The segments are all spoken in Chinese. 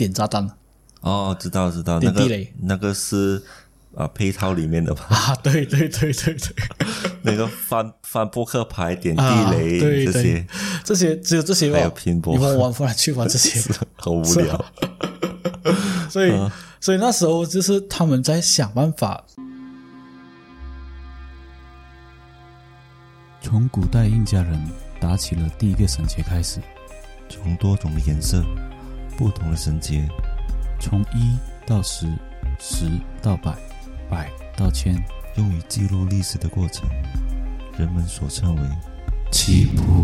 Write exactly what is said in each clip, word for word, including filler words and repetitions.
点炸弹。 哦，知道知道， 点地雷， 那个那个是啊配套里面的吧？ 啊，对对对对对， 那个翻翻扑克牌、点地雷、 啊、对这些， 这些只有这些吧？ 还有拼搏， 你们玩不来去玩这些， 很无聊。 所以、嗯，所以那时候就是他们在想办法。 从古代印加人打起了第一个绳结开始， 从多种的颜色、不同的绳结， 从一到十，十到百，百到千， 用于记录历史的过程，人们所称为棋谱。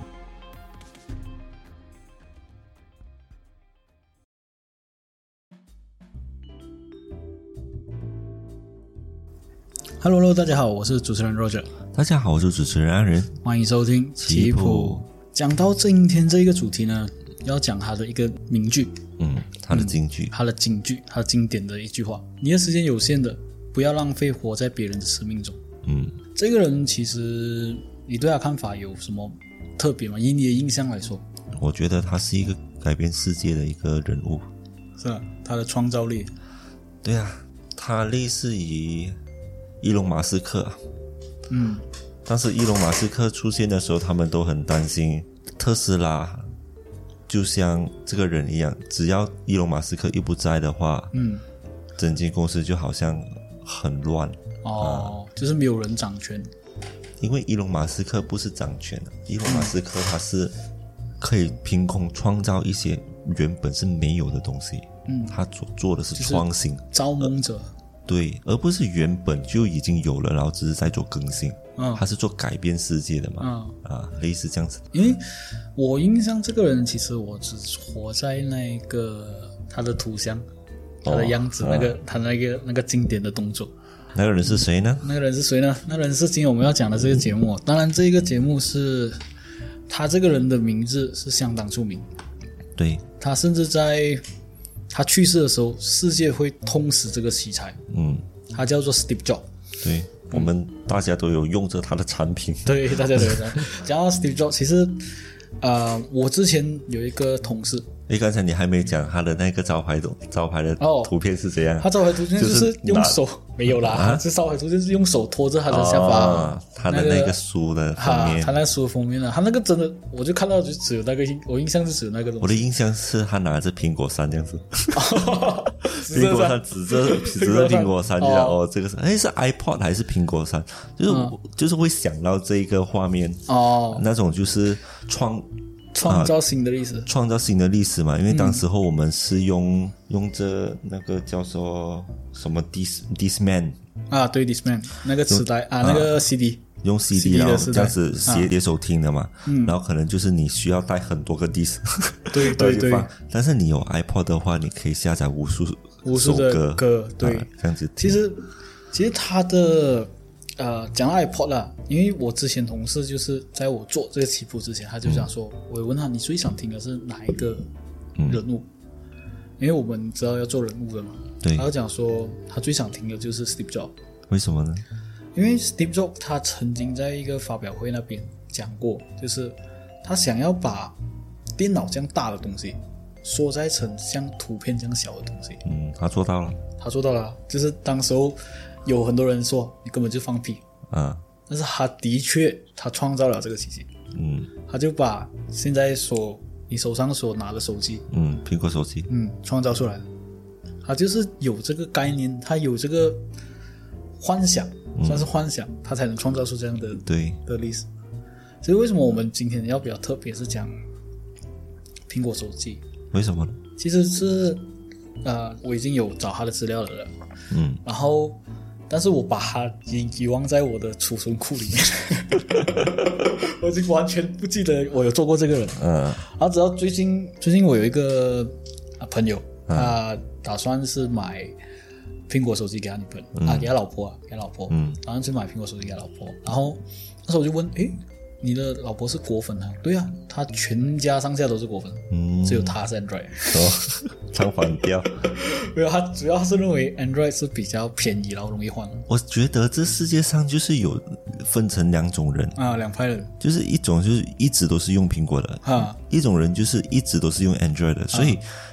Hello Hello， 大家好，我是主持人 Roger。 大家好，我是主持人安仁， 欢迎收听棋谱。讲到今天这一个主题呢，要讲他的一个名句， 嗯，他的金句， 嗯、他的金句，他经典的一句话：你的时间有限的，不要浪费活在别人的生命中。 嗯， 这个人其实你对他看法有什么特别吗？以你的印象来说， 我觉得他是一个改变世界的一个人物， 是啊，他的创造力。 对啊，他类似于伊隆马斯克， 嗯， 但是伊隆马斯克出现的时候，他们都很担心特斯拉，就像这个人一样，只要伊隆马斯克一不在的话， 嗯， 整间公司就好像很乱哦、啊，就是没有人掌权。 因为伊隆马斯克不是掌权的，伊隆马斯克他是可以凭空创造一些原本是没有的东西，嗯，他所做的是创新， 就是造梦者。 对，而不是原本就已经有了，然后只是在做更新。嗯，他是做改变世界的嘛，嗯啊，类似这样子。 因为我印象这个人，其实我只活在那个他的图像、他的样子，哦、那个、啊、他那个那个经典的动作。 那个人是谁呢？ 那个人是谁呢？那个人是今天我们要讲的这个节目。当然，这个节目是他这个人的名字是相当出名。 对， 他甚至在他去世的时候，世界会痛死这个奇才。嗯，他叫做 Steve Jobs。 对，我们大家都有用着他的产品。 对，大家都有。讲到 Steve Jobs， 其实，呃，我之前有一个同事。 诶，刚才你还没讲他的那个招牌招牌的图片是怎样？ 哦、他招牌图片就是用手、就是、没有啦，啊、这招牌图片是用手托着他的下巴。 哦、他的那个书的封面， 他, 他那书的封面啊，他那个真的，我就看到就只有那个，我印象就只有那个东西。 我的印象是他拿着苹果三这样子，苹果三指着指着苹果三就讲哦，这个是哎是 iPod 还是苹果三？就是、嗯、就是会想到这一个画面哦，那种就是创。 创造新的历史、啊， 创造新的历史嘛，因为当时候我们是用、嗯、用着那个叫做什么 Dis Discman 啊，对 Discman 那个磁带啊，那个 C D 用 C D 然后这样子斜碟手听的嘛、啊，然后可能就是你需要带很多个 disc， 对对对， 但是你有 iPod 的话，你可以下载无数无数的歌，对、 啊，这样子。 其实其实它的。呃，讲到 iPod 啦，因为我之前同事就是在我做这个棋谱之前，他就想说，嗯、我问他你最想听的是哪一个人物？嗯、因为我们知道要做人物的嘛， 对， 他就讲说他最想听的就是 Steve Jobs。 为什么呢？ 因为 Steve Jobs 他曾经在一个发表会那边讲过，就是他想要把电脑这样大的东西缩在成像图片这样小的东西。 嗯，他做到了， 他做到了，就是当时候。有很多人说你根本就放屁啊，但是他的确他创造了这个奇迹。嗯，他就把现在所你手上所拿的手机， 嗯，苹果手机， 嗯，创造出来了。他就是有这个概念，他有这个幻想，嗯、算是幻想，他才能创造出这样的对的历史。所以为什么我们今天要比较特别是讲苹果手机？ 为什么呢？ 其实是呃，我已经有找他的资料了，嗯，然后。但是我把它遗遗忘在我的储存库里面，我已经完全不记得我有做过这个人。嗯，然后直到最近，最近我有一个朋友，嗯、他打算是买苹果手机给他女朋友、嗯、啊，给他老婆啊，给他老婆，嗯，打算去买苹果手机给他老婆。然后那时候我就问，诶，你的老婆是果粉啊？对啊，他全家上下都是果粉，嗯，只有他是 Android。 哦，唱反调。 没有，他主要是认为 Android 是比较便宜然后容易换。 我觉得这世界上就是有分成两种人啊，两派人， 就是一种就是一直都是用苹果的啊，一种人就是一直都是用 Android 的。所以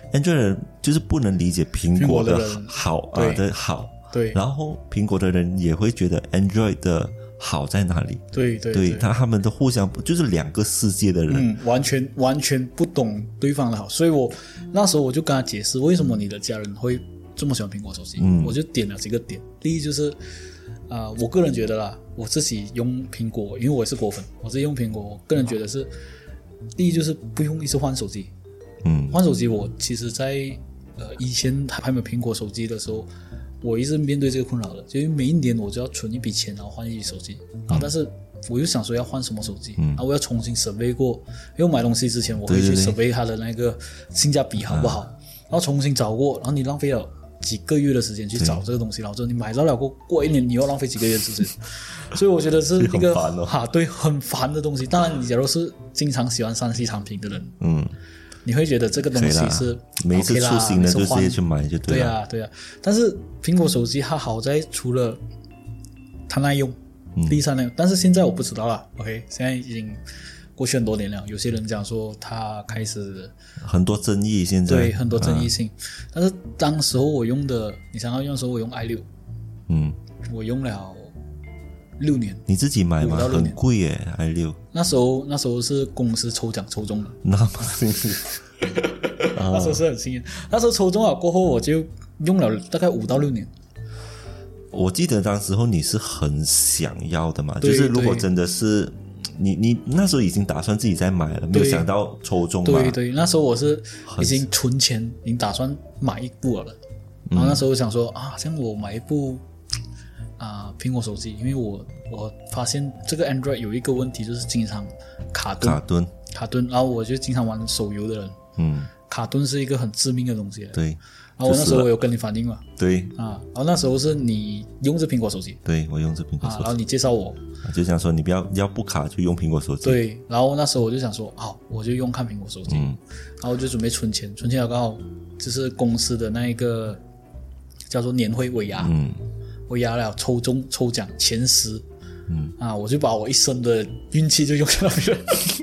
Android 人就是不能理解苹果的好啊的好， 对， 然后苹果的人也会觉得 Android 的好在哪里？ 对对对， 他他们的互相就是两个世界的人， 嗯，完全完全不懂对方的好，所以我那时候我就跟他解释为什么你的家人会这么喜欢苹果手机，嗯，我就点了几个点。第一就是啊、呃，我个人觉得啦，我自己用苹果，因为我也是果粉，我自己用苹果，我个人觉得是第一就是不用一直换手机，嗯，换手机我其实在呃以前还没有苹果手机的时候。我一直面对这个困扰的，就因为每一年我就要存一笔钱，然后换一机手机、嗯、啊。但是我又想说要换什么手机，嗯、然后我要重新 survey 过，因为我买东西之前我会去 survey 它的那个性价比好不好，啊、然后重新找过，然后你浪费了几个月的时间去找这个东西，然后之后你买到了过过一年，你又浪费几个月的时间，所以我觉得是一个哈、哦啊、对很烦的东西。当然，你假如是经常喜欢三 C 产品的人，嗯。你会觉得这个东西是每一次出新的就直接去买就对了。 对啊，对啊。但是苹果手机它好在除了它耐用，嗯、第三耐用，但是现在我不知道了。OK， 现在已经过去很多年了，有些人讲说它开始很多争议，现在对很多争议性。啊、但是当时候我用的，你想要用的时候，我用 I 六，嗯，我用了六年。 你自己买吗？很贵耶 ，I 六。 那时候那时候是公司抽奖抽中的， 那么幸运。 那时候是很幸运，那时候抽中了过后，我就用了大概五到六年。 我记得当时候你是很想要的嘛，就是如果真的是你你那时候已经打算自己在买了，没有想到抽中嘛。 对对，那时候我是已经存钱，已经打算买一部了。然后那时候我想说、嗯、啊，像我买一部。啊、呃，苹果手机，因为我我发现这个 Android 有一个问题，就是经常卡顿， 卡顿， 卡顿。然后我就经常玩手游的人，嗯，卡顿是一个很致命的东西。 对。 然后我那时候我有跟你反映嘛， 对。 啊，然后那时候是你用着苹果手机， 对我用着苹果手机、 啊，然后你介绍我， 就想说你不要要不卡就用苹果手机。 对。然后那时候我就想说，好，我就用看苹果手机，嗯，然后我就准备存钱，存钱了刚好就是公司的那一个叫做年会尾牙，嗯。我压了抽中抽奖前十，嗯啊，我就把我一生的运气就用在那边，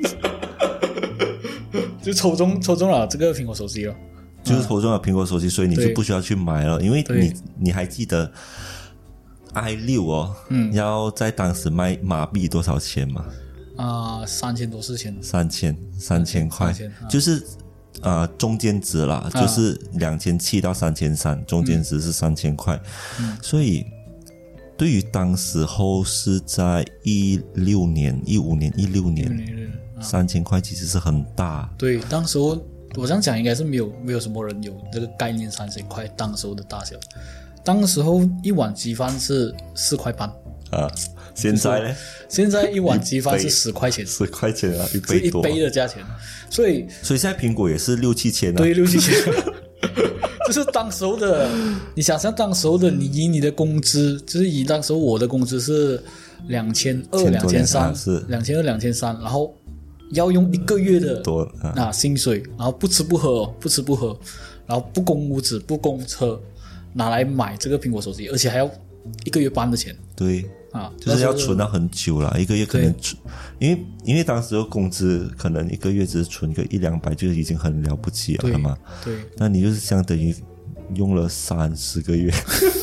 就抽中抽中了这个苹果手机了， 就是抽中了苹果手机，所以你就不需要去买了，因为你你还记得 I 六哦，嗯，要在当时卖马币多少钱吗？ 啊、呃，三千多四千， 三千三千块，啊、就是。啊、呃，中间值啦，啊、就是两千七到三千三，中间值是三千块，嗯、所以对于当时候是在一六年、一五年、一六年，三千块其实是很大。 对，当时候我这样讲应该是没有没有什么人有这个概念，三千块当时候的大小。当时候一碗鸡饭是四块半啊。现在呢？ 现在一碗鸡饭是十块钱， 十块钱啊，一杯多， 是一杯的价钱。所以， 所以现在苹果也是六七千啊。 对，六七千，就是当时候的，你想象当时候的，你以你的工资，就是以当时候我的工资是两千二、两千三，是两千二、两千三，然后要用一个月的多啊啊薪水，然后不吃不喝，不吃不喝，然后不供屋子、不供车，拿来买这个苹果手机，而且还要一个月半的钱。 对。啊，就是要存到很久了，一个月可能存，因为因为当时的工资可能一个月只是存个一两百就已经很了不起了嘛。 对， 那你就是相当于用了三十个月。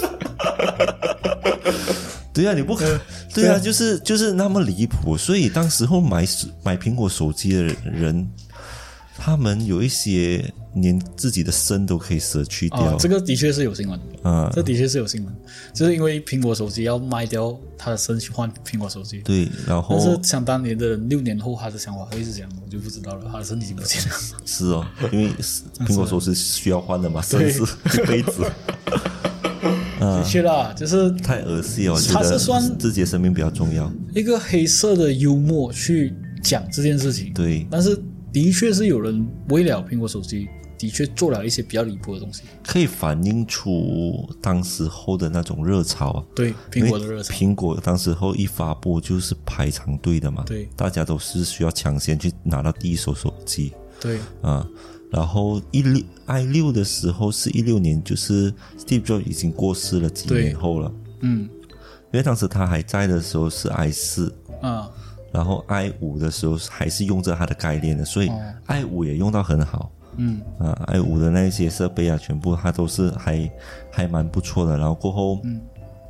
对啊，你不可，对啊，就是就是那么离谱，所以当时候买买苹果手机的人，他们有一些连自己的肾都可以舍去掉、 哦、这个的确是有新闻啊，这的确是有新闻，就是因为苹果手机要卖掉他的肾去换苹果手机。 对，然后但是想当年的人六年后他的想法会是怎样的我就不知道了，他的身体已经不见了。 是哦，因为苹果手机需要换的嘛，肾是一辈子。 的确啦，就是太恶心了，我觉得自己的生命比较重要， 一个黑色的幽默去讲这件事情。 对， 但是的确是有人为了苹果手机的确做了一些比较离谱的东西， 可以反映出当时候的那种热潮啊。 对，苹果的热潮， 苹果当时候一发布就是排长队的嘛， 对， 大家都是需要抢先去拿到第一手手机。 对啊，然后一六 I 六的时候是一六年，就是 Steve Jobs 已经过世了几年后了。嗯，因为当时他还在的时候是 I 四啊。然后 I 五的时候还是用着它的概念的，所以 I 五也用到很好。 嗯啊 ，i 五的那些设备啊，全部它都是还还蛮不错的。然后过后，嗯，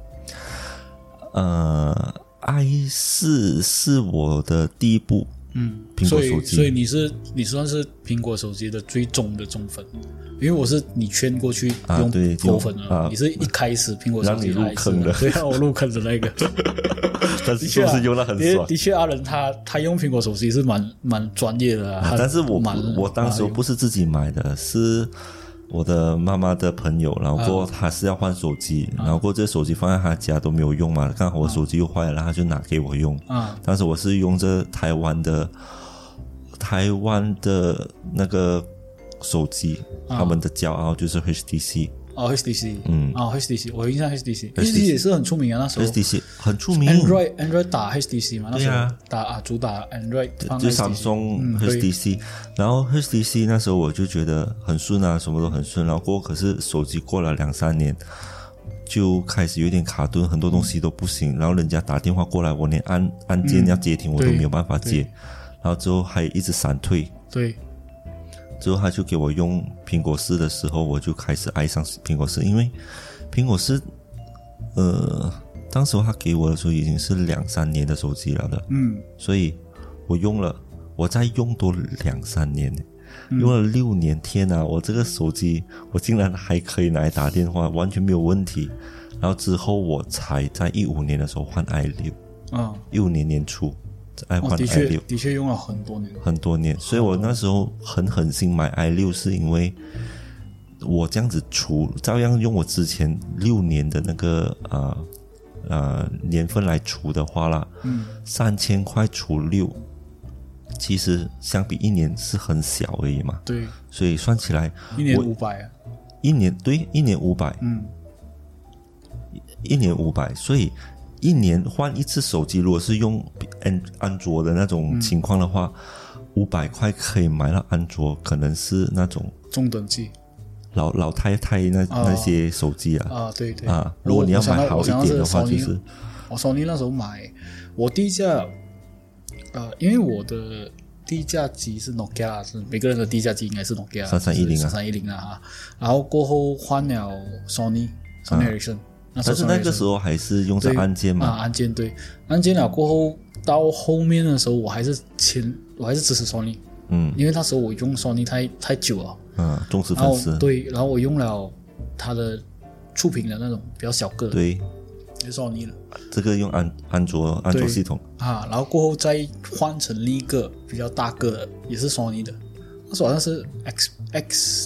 呃 ，i 四是我的第一部。 嗯， 苹果手机， 所以所以你是你算是苹果手机的最终的忠粉，因为我是你圈过去用果粉的、啊，你是一开始苹果手机让你入坑的， 对啊，我入坑的那个。 但是是不是用得很爽？ 的确，阿仁他他用苹果手机是蛮蛮专业的啊。 但是我我当时不是自己买的，是我的妈妈的朋友，然后过他是要换手机，啊、然后过这手机放在他家都没有用嘛，刚好我手机又坏了，然后他就拿给我用。啊，当时我是用着台湾的台湾的那个手机，啊、他们的骄傲就是 H T C。 哦 ，H T C， 嗯，哦 ，H T C， 我有印象 H T C，H T C 也是很出名啊，那时候 H T C 很出名 ，Android Android 打 H T C 嘛，那时候打啊主打 Android， 就 Samsung H T C，、嗯、然后 H T C 那时候我就觉得很顺啊，什么都很顺，然后过可是手机过了两三年就开始有点卡顿，很多东西都不行，然后人家打电话过来，我连按按键要接听我都没有办法接，然后之后还一直闪退， 对。 之后他就给我用苹果四的时候，我就开始爱上苹果四，因为苹果四，呃，当时他给我的时候已经是两三年的手机了的，嗯，所以我用了，我再用多两三年，用了六年，天哪！我这个手机我竟然还可以拿来打电话，完全没有问题。然后之后我才在一五年的时候换 i 六，啊，一五年年初。爱换 i 六、 哦、的确的确用了很多年很多年，所以我那时候很狠心买 i 六，是因为我这样子除照样用我之前六年的那个呃呃年份来除的话啦，嗯，三千块除六，其实相比一年是很小而已嘛， 对， 所以算起来一年五百啊， 一年对一年五百，嗯，一年五百，所以。一年换一次手机，如果是用安安卓的那种情况的话，五百块可以买到安卓，可能是那种中等级老老太太那、哦、那些手机啊啊，对对啊，如果你要买好一点的话，就是我索尼那时候买，我低价呃，因为我的低价机是 Nokia， 是每个人的低价机应该是 Nokia 三三一零啊， 三三一零啊，然后过后换了 Sony Sony Ericsson。 但是那个时候还是用着按键嘛？ 啊，按键对，按键了过后，到后面的时候，我还是前，我还是支持 Sony， 嗯，因为那时候我用 Sony 太太久了， 嗯，忠实粉丝， 对，然后我用了它的触屏的那种比较小个， 对， 就 Sony 了。 这个用安安卓安卓系统啊，然后过后再换成另一个比较大个的，也是 Sony 的，那时候好像是 X X。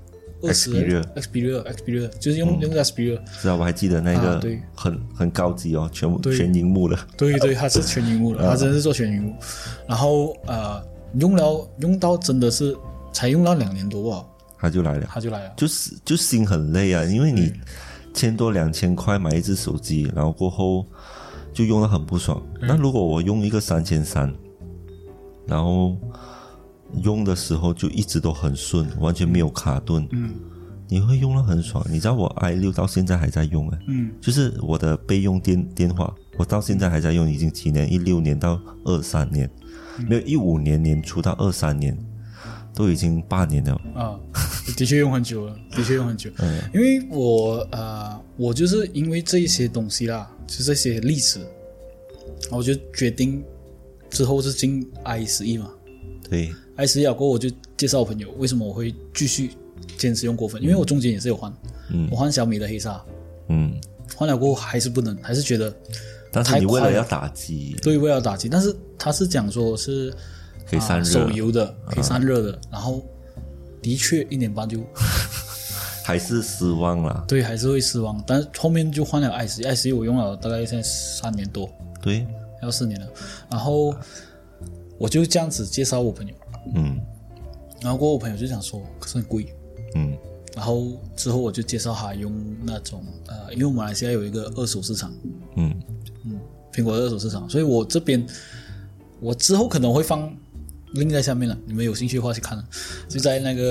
Xperia Xperia Xperia 就是用、嗯、用 Xperia， 是啊，我还记得那个很、啊、很高级哦，全全萤幕的， 对对，它是全萤幕的，它真的是做全萤幕。然后呃，用了用到真的是才用到两年多啊， 它就来了， 它就来了， 就是就心很累啊，因为你千多两千块买一只手机，然后过后就用得很不爽。嗯、那如果我用一个三千三，然后。用的时候就一直都很顺，完全没有卡顿。嗯，你会用得很爽。你知道我 i 六到现在还在用哎，嗯，就是我的备用电电话，我到现在还在用，已经几年，一六年到二三年，嗯、没有一五年年初到二三年，都已经八年了啊，的确用很久了，的确用很久。嗯，因为我呃，我就是因为这一些东西啦，就这些历史，我就决定之后是进 i 十一嘛。 对。 I 十一过后我就介绍我朋友为什么我会继续坚持用果粉，因为我中间也是有换，嗯，我换小米的黑鲨，嗯，换了过后还是不能，还是觉得但是你为了要打机， 对，为了要打机，但是他是讲说是可以散热、啊、 手游的，可以散热的，啊、然后的确一年半就还是失望了， 对，还是会失望，但是后面就换了 i 十一 ，i 十一我用了大概现在三年多， 对， 要四年了，然后我就这样子介绍我朋友。嗯，然后过后我朋友就想说，可是很贵，嗯，然后之后我就介绍他用那种呃，因为我们马来西亚有一个二手市场，嗯嗯，苹果的二手市场，所以我这边我之后可能会放link在下面了，你们有兴趣的话去看，就在那个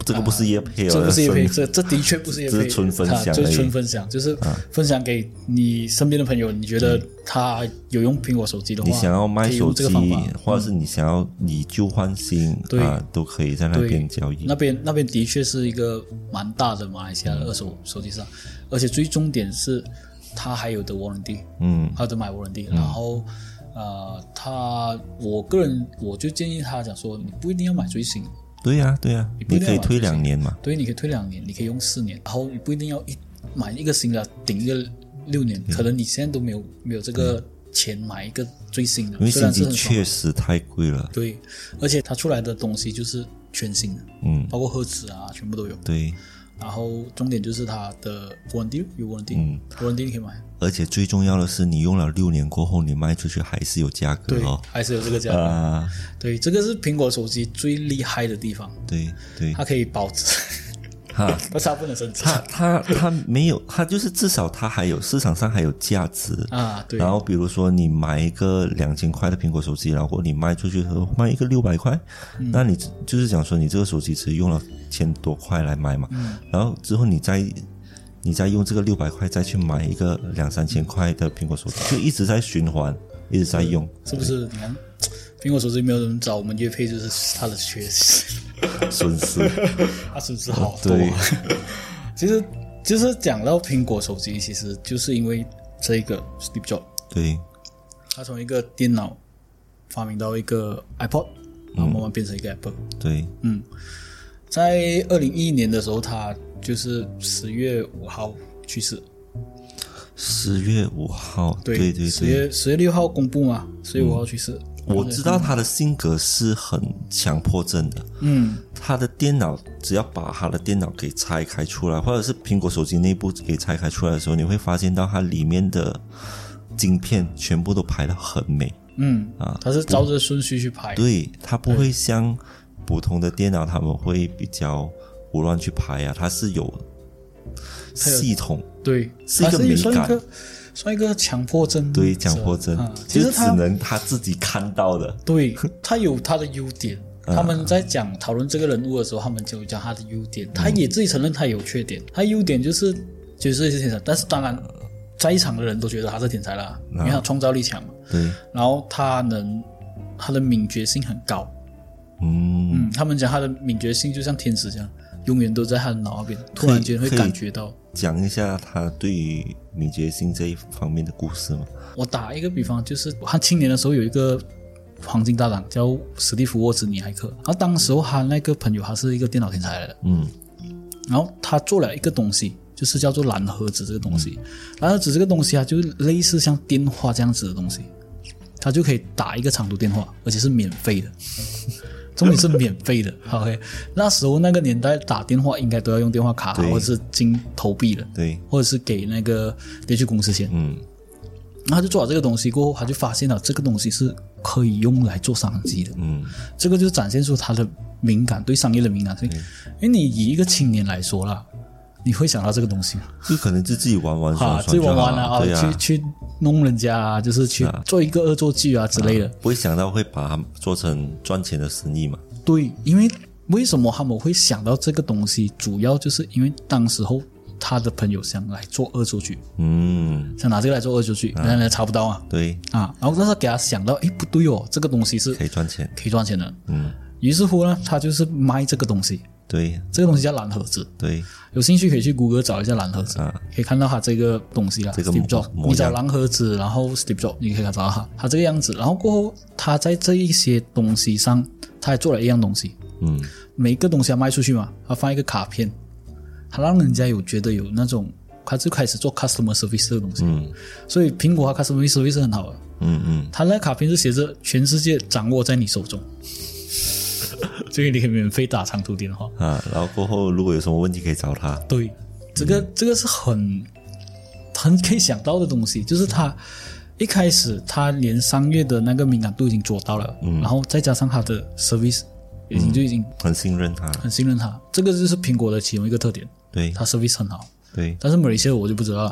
这个不是业配哦， 这不是业配，这这的确不是业配， 这是纯分享而已， 就是纯分享，就是分享给你身边的朋友，你觉得他有用苹果手机的话， 你想要卖手机，或者是你想要以旧换新， 对啊，都可以在那边交易。 那边那边的确是一个蛮大的马来西亚的二手手机上，而且最重点是它还有的 warranty， 嗯，还有的买 warranty，、嗯、然后。呃，他我个人我就建议他讲说，你不一定要买最新的。 对呀、啊，对呀、啊，你可以推两年嘛。 对，你可以推两年，你可以用四年，然后你不一定要一买一个新的顶一个六年，可能你现在都没有没有这个钱买一个最新的， 因为新机确实太贵了。 对，而且它出来的东西就是全新的，嗯，包括赫兹啊，全部都有。 对。 然后重点就是它的 warranty 有 warranty， 嗯 warranty 你可以买。 而且最重要的是，你用了六年过后，你卖出去还是有价格哦， 对，还是有这个价格。啊、对，这个是苹果手机最厉害的地方。 对对， 它可以保值。 哈， 但是它不能升值。 它它它没有，它就是至少它还有市场上还有价值啊。对。 然后比如说你买一个两千块的苹果手机，然后你卖出去和卖一个六百块，嗯、那你就是讲说你这个手机只用了千多块来买嘛，嗯、然后之后你再你再用这个六百块再去买一个两三千块的苹果手机，就一直在循环，一直在用， 是不是？你看。苹果手机没有人找我们业配，就是它的缺失， 损失， 它损失好多。对，其实就是讲到苹果手机，其实就是因为这个 Steve Jobs， 对， 他从一个电脑发明到一个 iPod， 然后慢慢变成一个 Apple。 嗯、对， 嗯，在二零一一年的时候，他就是十月五号去世。 十月五号， 对对对， 十月十月六号公布嘛，十月五号去世。 嗯、我知道他的性格是很强迫症的， 嗯， 他的电脑只要把他的电脑给拆开出来，或者是苹果手机内部给拆开出来的时候，你会发现到它里面的晶片全部都排得很美， 嗯啊，它是照着顺序去排， 对，它不会像普通的电脑他们会比较胡乱去排啊，它是有系统， 对， 是一个美感。 算一个强迫症， 对，强迫症，啊、其实只能他自己看到的。 对，他有他的优点。他们在讲讨论这个人物的时候，他们就讲他的优点，他也自己承认他有缺点。他优点就是就是天才，但是当然在场的人都觉得他是天才啦，因为他创造力强嘛。 对， 然后他能他的敏觉性很高。 嗯嗯，他们讲他的敏觉性就像天使这样，永远都在他的脑那边，突然间会感觉到。 讲一下他对于敏捷性这一方面的故事吗？ 我打一个比方，就是他青年的时候有一个黄金搭档叫史蒂夫沃兹尼海克，然后当时候他那个朋友他是一个电脑天才来的， 嗯， 然后他做了一个东西，就是叫做蓝盒子这个东西，蓝盒子这个东西啊，就类似像电话这样子的东西，它就可以打一个长途电话，而且是免费的。重点是免费的 ，OK。那时候那个年代打电话应该都要用电话卡，或者是金投币的， 对， 或者是给那个联系公司钱。 嗯， 然后他就做了这个东西过后，他就发现了这个东西是可以用来做商机的。 嗯， 这个就展现出他的敏感，对商业的敏感性。因为你以一个青年来说啦，你会想到这个东西吗？ 就可能就自己玩玩耍耍， 自己玩玩啊， 对啊去去弄人家啊，就是去做一个恶作剧啊之类的。 啊、不会想到会把它做成赚钱的生意嘛？ 对，因为为什么他们会想到这个东西，主要就是因为当时候他的朋友想来做恶作剧， 嗯， 想拿这个来做恶作剧，原来、啊、查不到啊， 对啊，然后但是给他想到，诶，不对哦，这个东西是可以赚钱， 可以赚钱的， 嗯， 于是乎呢，他就是卖这个东西， 对， 这个东西叫蓝盒子， 对， 有兴趣可以去谷歌找一下蓝盒子，啊、可以看到他这个东西啦， 这个 Steve Jobs，你找蓝盒子，然后 Steve Jobs， 你可以找到他，他这个样子，然后过后他在这一些东西上，他还做了一样东西。 嗯， 每一个东西要卖出去嘛，他放一个卡片，他让人家有觉得有那种，他就开始做 customer service 这个东西。 嗯， 所以苹果它 customer service 是很好的。 嗯嗯， 他那卡片是写着全世界掌握在你手中，所以你可以免费打长途电话啊。然后过后如果有什么问题可以找他。 对，这个、嗯、这个是很很可以想到的东西，就是他一开始他连商业的那个敏感度已经做到了，嗯，然后再加上他的 service。已经就已经、嗯、 很信任他， 很信任他，这个就是苹果的其中一个特点。 对， 他 service 很好。 对， 但是马来西亚我就不知道了。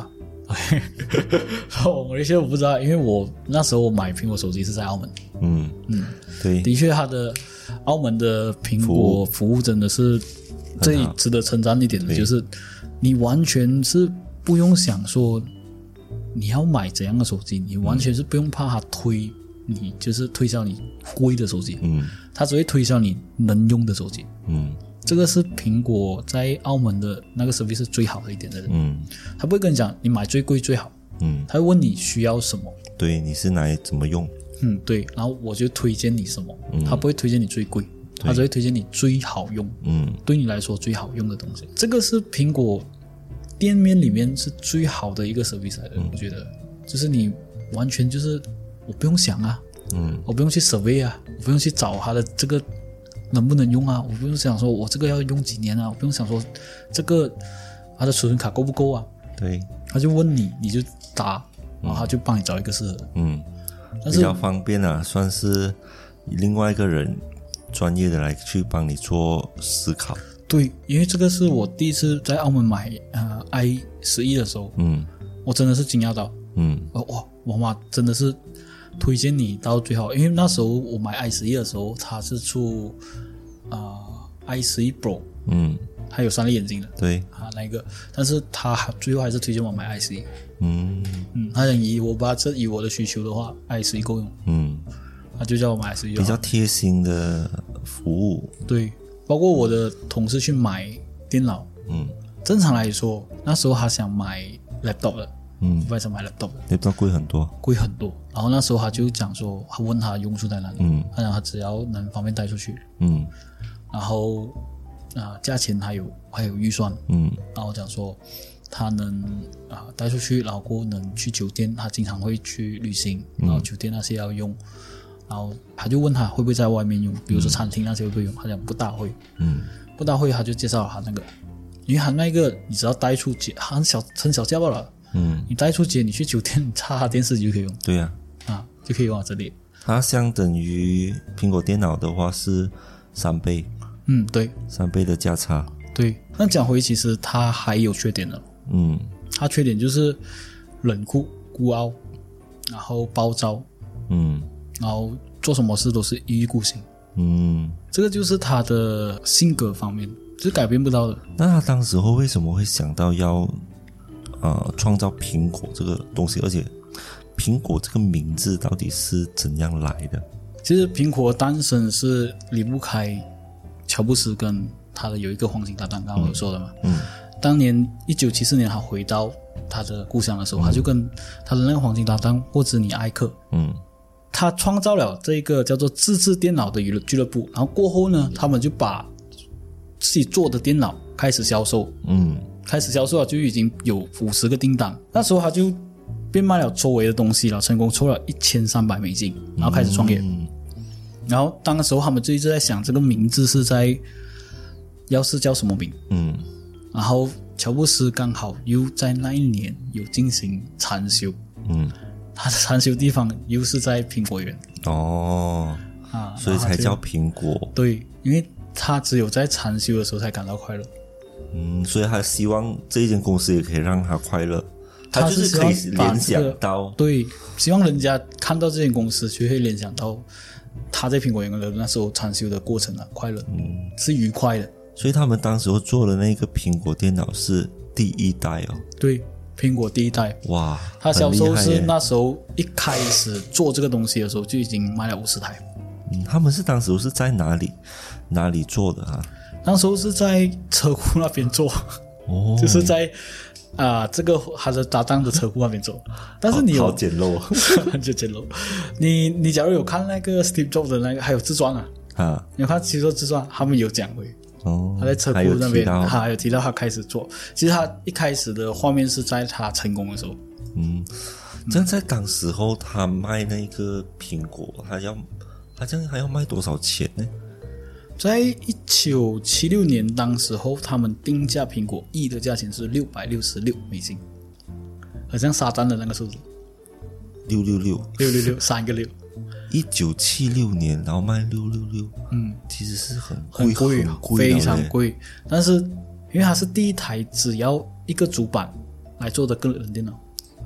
我那些我不知道，因为我那时候我买苹果手机是在澳门。 嗯嗯，对， 的确，它的澳门的苹果服务真的是最值得称赞一点的，就是你完全是不用想说你要买怎样的手机，你完全是不用怕它推你，就是推销你贵的手机，嗯，它只会推销你能用的手机，嗯。这个是苹果在澳门的那个 service 是最好的一点的人，嗯，他不会跟你讲你买最贵最好，嗯，他会问你需要什么， 对，你是拿来怎么用， 嗯，对，然后我就推荐你什么，嗯，他不会推荐你最贵，他只会推荐你最好用，嗯，对你来说最好用的东西，这个是苹果店面里面是最好的一个 service 来的，嗯，我觉得，就是你完全就是我不用想啊，嗯，我不用去 survey 啊，我不用去找他的这个。能不能用啊？我不用想说我这个要用几年啊，我不用想说这个它的储存卡够不够啊。 对， 他就问你，你就答，然后他就帮你找一个适合的。嗯， 但是比较方便啊，算是另外一个人专业的来去帮你做思考。 对，因为这个是我第一次在澳门买呃 I 十一的时候，嗯，我真的是惊讶到，嗯，哇，我妈真的是。推荐你到最好，因为那时候我买 I 十一的时候，它是出啊、呃、I 十一 Pro， 嗯，还有三粒眼睛的， 对啊那一个，但是他最后还是推荐我买 I 十一，嗯嗯，他想以我把这以我的需求的话 ，I 十一够用，嗯，他就叫我买 I 十一， 比较贴心的服务， 对，包括我的同事去买电脑，嗯，正常来说那时候他想买 laptop 的。嗯，不想买 laptop，laptop 贵很多， 贵很多。然后那时候他就讲说，他问他用处在哪里，嗯，他讲他只要能方便带出去，嗯，然后啊、呃、价钱还有还有预算，嗯，然后讲说他能啊、呃、带出去，然后过后能去酒店，他经常会去旅行，然后酒店那些要用，然后他就问他会不会在外面用，比如说餐厅那些会不会用，他讲不大会，嗯，不大会，他就介绍他那个，因为他那个你只要带出街，很小很小价罢了。嗯，你带出街，你去酒店插电视机就可以用。 对呀、 啊，啊，就可以用到这里。 它相等于苹果电脑的话是三倍。 嗯，对， 三倍的价差。 对，那讲回其实它还有缺点的。嗯，它缺点就是冷酷、孤傲，然后暴躁，嗯，然后做什么事都是一意孤行。嗯，这个就是他的性格方面，是改变不到的。 那他当时候为什么会想到要？呃，创造苹果这个东西，而且苹果这个名字到底是怎样来的？ 其实苹果诞生是离不开乔布斯跟他的有一个黄金搭档，刚刚我说的嘛。嗯。当年一九七四年他回到他的故乡的时候，嗯、他就跟他的那个黄金搭档沃兹尼艾克，嗯，他创造了这个叫做自制电脑的娱乐俱乐部。然后过后呢，他们就把自己做的电脑开始销售，嗯。开始销售了，就已经有五十个订单。那时候他就变卖了周围的东西了，成功抽了一千三百美金，然后开始创业。嗯、然后当时候他们就一直在想这个名字是在要是叫什么名。嗯。然后乔布斯刚好又在那一年有进行参修。嗯。他的参修地方又是在苹果园。 哦。啊，所以才叫苹果。 对，因为他只有在参修的时候才感到快乐。 嗯，所以他希望这一间公司也可以让他快乐，他就是可以联想到， 对，希望人家看到这间公司就会联想到他在苹果园的那时候参修的过程啊，快乐，嗯，是愉快的。 所以他们当时候做的那个苹果电脑是第一代哦， 对，苹果第一代， 哇， 他销售是那时候一开始做这个东西的时候就已经卖了五十台。 嗯，他们是当时是在哪里哪里做的啊？ 那时候是在车库那边做，哦，就是在啊、呃、这个他的搭档的车库那边做。但是你有好简陋， 很简陋。你你假如有看那个 Steve Jobs 的那个，还有自传啊，啊，你有看其实自传，他们有讲回哦，他在车库那边，他还有提到他开始做。其实他一开始的画面是在他成功的时候。 嗯，这样在当时候他卖那个苹果，他要他这样还要卖多少钱呢？ 在一九七六年当时候他们定价苹果一的价钱是六百六十六美金，好像沙赞的那个数字六六六六六六三个六， 一九七六年然后卖六六六，嗯，其实是很贵很贵很贵非常贵，但是因为它是第一台只要一个主板来做的个人电脑，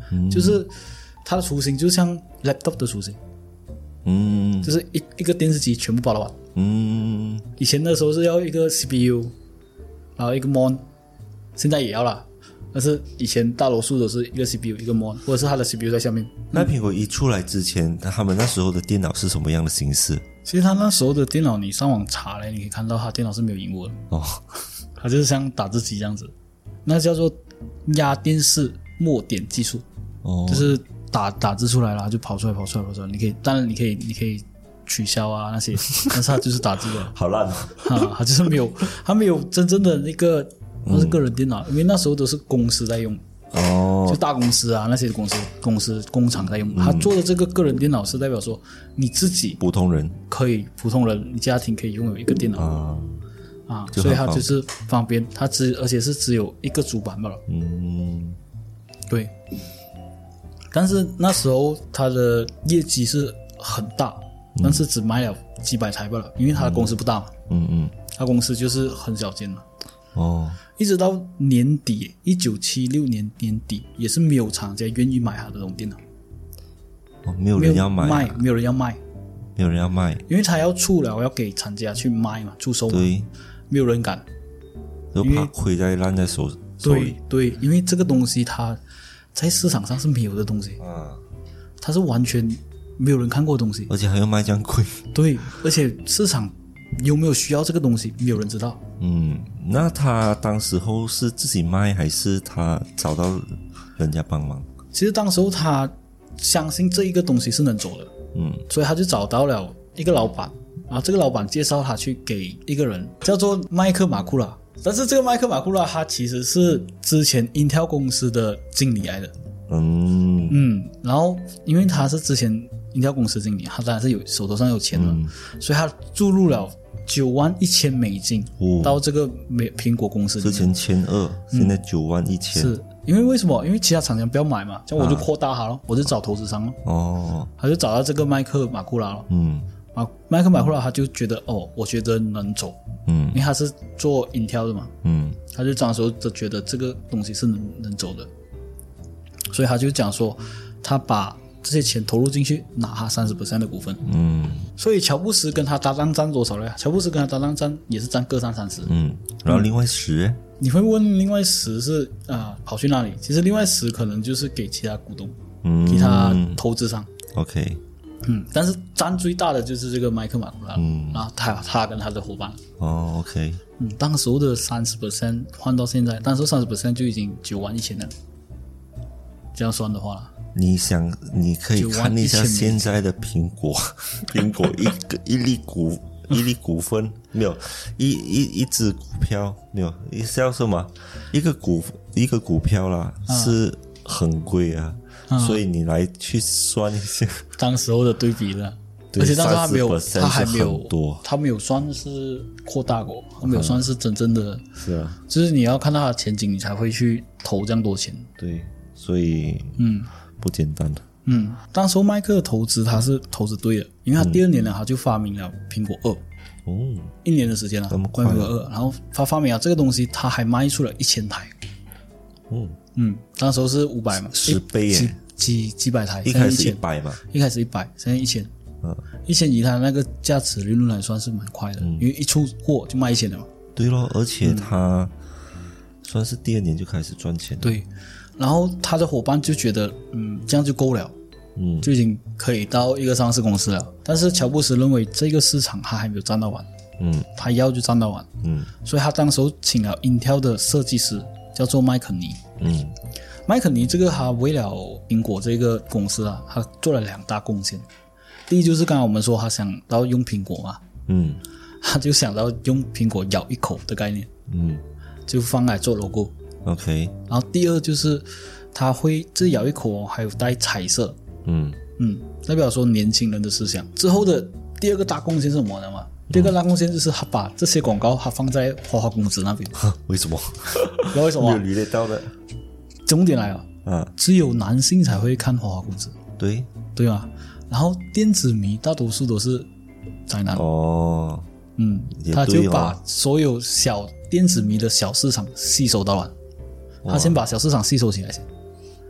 嗯、就是它的雏形就像 laptop 的雏形，嗯，就是一一个电视机全部包得完。嗯，以前的时候是要一个 C P U， 然后一个 mon， 现在也要啦。但是以前大多数都是一个 C P U 一个 mon， 或者是它的 C P U 在下面。 那苹果一出来之前，他们那时候的电脑是什么样的形式？ 其实他那时候的电脑，你上网查嘞，你可以看到他电脑是没有荧幕的哦，它就是像打字机这样子，那叫做压电式墨点技术哦，就是打打字出来了就跑出来跑出来跑出来，你可以当然你可以你可以取消啊那些，但是它就是打字的， 好烂哦， 啊，它就是没有它没有真正的那个那是个人电脑，因为那时候都是公司在用。哦，就大公司啊，那些公司、公司、工厂在用。他做的这个个人电脑是代表说，你自己普通人可以，普通人你家庭可以拥有一个电脑啊，啊，所以它就是方便，它只而且是只有一个主板罢了。嗯，对。但是那时候它的业绩是很大，但是只卖了几百台罢了，因为它的公司不大嘛。嗯嗯，它公司就是很小间嘛。哦，一直到年底，一九七六年年底，也是没有厂家愿意买他的这种电脑。 哦，没有人要买、啊， 卖，没有人要卖， 没有人要卖， 因为他要出了，要给厂家去卖嘛，出售嘛， 对， 没有人敢， 都怕亏在烂在手手里。 对对，因为这个东西它在市场上是没有的东西啊，它是完全没有人看过的东西， 而且还要卖这样贵。 对，而且市场有没有需要这个东西，没有人知道。 嗯，那他当时候是自己卖，还是他找到人家帮忙？ 其实当时候他相信这一个东西是能走的，嗯，所以他就找到了一个老板，然后这个老板介绍他去给一个人，叫做麦克马库拉。但是这个麦克马库拉他其实是之前 Intel 公司的经理来的，嗯嗯，然后因为他是之前 Intel 公司经理，他当然是有手头上有钱了，嗯、所以他注入了九万一千美金、哦、到这个美苹果公司里面。 之前千二，现在九万一千。 是因为为什么？因为其他厂商不要买嘛，这样我就扩大它了、啊，我就找投资商了。哦，他就找到这个麦克马库拉了。嗯，啊，麦克马库拉他就觉得哦，我觉得能走。嗯，因为他是做 Intel 的嘛。嗯，他就当时候就觉得这个东西是能能走的，所以他就讲说，他把这些钱投入进去，拿他 百分之三十 的股份。嗯，所以乔布斯跟他搭档占多少呢？乔布斯跟他搭档占也是占各占三十。 嗯，然后另外十、嗯， 你会问另外十是啊、呃、跑去哪里？其实另外十可能就是给其他股东，嗯，给他投资商。 OK， 嗯，但是占最大的就是这个麦克马库拉，嗯，然后他他跟他的伙伴。 哦 ，OK， 嗯，当时候的 百分之三十 换到现在，当时 百分之三十 就已经九万一千了。这样算的话。 你想，你可以看一下现在的苹果，苹果一个一粒股一粒股份没有，一一一只股票没有，一叫什么？一个股一个股票啦，啊、是很贵啊、啊，所以你来去算一下当时候的对比了。而且当时他没有，他还没有，他没有算是扩大过，他没有算是真正的， 是啊， 就是你要看到他的前景，你才会去投这样多钱。 对，所以嗯。不简单的。 嗯，当时麦克的投资他是投资对的，因为他第二年呢、嗯、他就发明了苹果二。哦，一年的时间了，苹果二，然后他发明了这个东西，他还卖出了一千台。嗯嗯，当时候是五百嘛， 十倍耶， 几几几百台， 一开始一百嘛， 一开始一百，现在一千。嗯，一千以他那个价值利润来算是蛮快的、嗯，因为一出货就卖一千了嘛。 对咯，而且他算是第二年就开始赚钱。 对。然后他的伙伴就觉得，嗯，这样就够了，嗯，就已经可以到一个上市公司了。但是乔布斯认为这个市场他还没有占到完，嗯，他要就占到完，嗯，所以他当时请了 Intel 的设计师，叫做麦肯尼，嗯，麦肯尼这个他为了苹果这个公司啊，他做了两大贡献。第一就是刚刚我们说他想到用苹果嘛，嗯，他就想到用苹果咬一口的概念，嗯，就放来做 logo。OK， 然后第二就是他会这咬一口、哦、还有带彩色，嗯嗯，代表说年轻人的思想。之后的第二个大贡献是什么呢嘛？第二个大贡献就是他把这些广告他放在花花公子那边。 为什么？ 为什么？ 没有理解到的。 重点来了，啊，只有男性才会看花花公子， 对对吧？然后电子迷大多数都是宅男哦，嗯，他就把所有小电子迷的小市场吸收到了。他先把小市场吸收起来先，